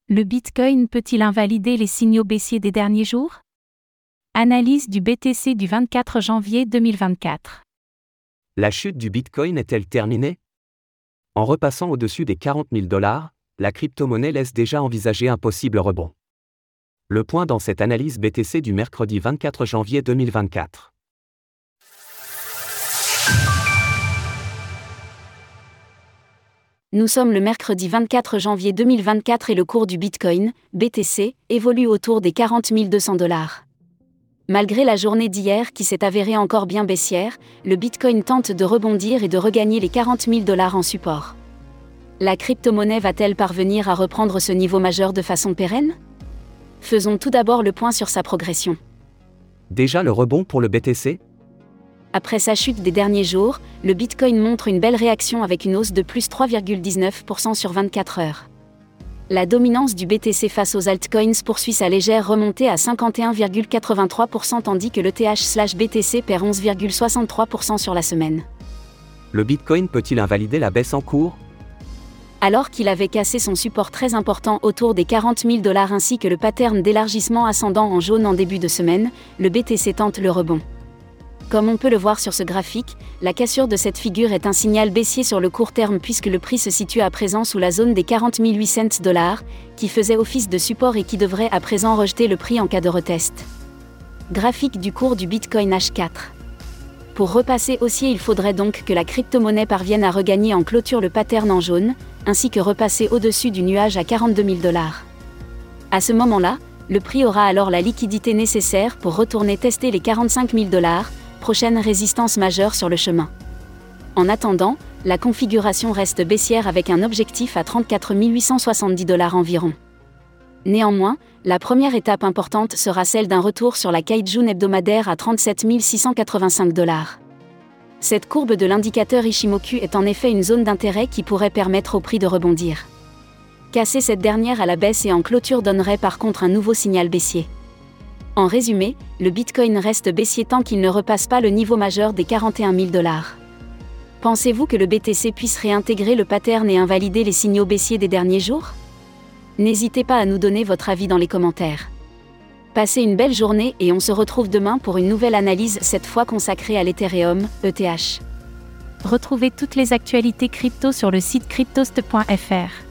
Le Bitcoin peut-il invalider les signaux baissiers des derniers jours? Analyse du BTC du 24 janvier 2024. La chute du Bitcoin est-elle terminée? En repassant au-dessus des 40 000 $, la crypto-monnaie laisse déjà envisager un possible rebond. Le point dans cette analyse BTC du mercredi 24 janvier 2024. Nous sommes le mercredi 24 janvier 2024 et le cours du Bitcoin, BTC, évolue autour des 40 200 $. Malgré la journée d'hier qui s'est avérée encore bien baissière, le Bitcoin tente de rebondir et de regagner les 40 000 $ en support. La crypto-monnaie va-t-elle parvenir à reprendre ce niveau majeur de façon pérenne? Faisons tout d'abord le point sur sa progression. Déjà le rebond pour le BTC? Après sa chute des derniers jours, le Bitcoin montre une belle réaction avec une hausse de plus 3,19% sur 24 heures. La dominance du BTC face aux altcoins poursuit sa légère remontée à 51,83% tandis que l'ETH/BTC perd 11,63% sur la semaine. Le Bitcoin peut-il invalider la baisse en cours? Alors qu'il avait cassé son support très important autour des 40 000 $ ainsi que le pattern d'élargissement ascendant en jaune en début de semaine, le BTC tente le rebond. Comme on peut le voir sur ce graphique, la cassure de cette figure est un signal baissier sur le court terme puisque le prix se situe à présent sous la zone des 40 800 $, qui faisait office de support et qui devrait à présent rejeter le prix en cas de retest. Graphique du cours du Bitcoin H4. Pour repasser haussier, il faudrait donc que la crypto-monnaie parvienne à regagner en clôture le pattern en jaune, ainsi que repasser au-dessus du nuage à 42 000 $. À ce moment-là, le prix aura alors la liquidité nécessaire pour retourner tester les 45 000 $, prochaine résistance majeure sur le chemin. En attendant, la configuration reste baissière avec un objectif à 34 870 $ environ. Néanmoins, la première étape importante sera celle d'un retour sur la Kijun hebdomadaire à 37 685 $. Cette courbe de l'indicateur Ichimoku est en effet une zone d'intérêt qui pourrait permettre au prix de rebondir. Casser cette dernière à la baisse et en clôture donnerait par contre un nouveau signal baissier. En résumé, le Bitcoin reste baissier tant qu'il ne repasse pas le niveau majeur des 41 000 $. Pensez-vous que le BTC puisse réintégrer le pattern et invalider les signaux baissiers des derniers jours? N'hésitez pas à nous donner votre avis dans les commentaires. Passez une belle journée et on se retrouve demain pour une nouvelle analyse, cette fois consacrée à l'Ethereum, ETH. Retrouvez toutes les actualités crypto sur le site cryptost.fr.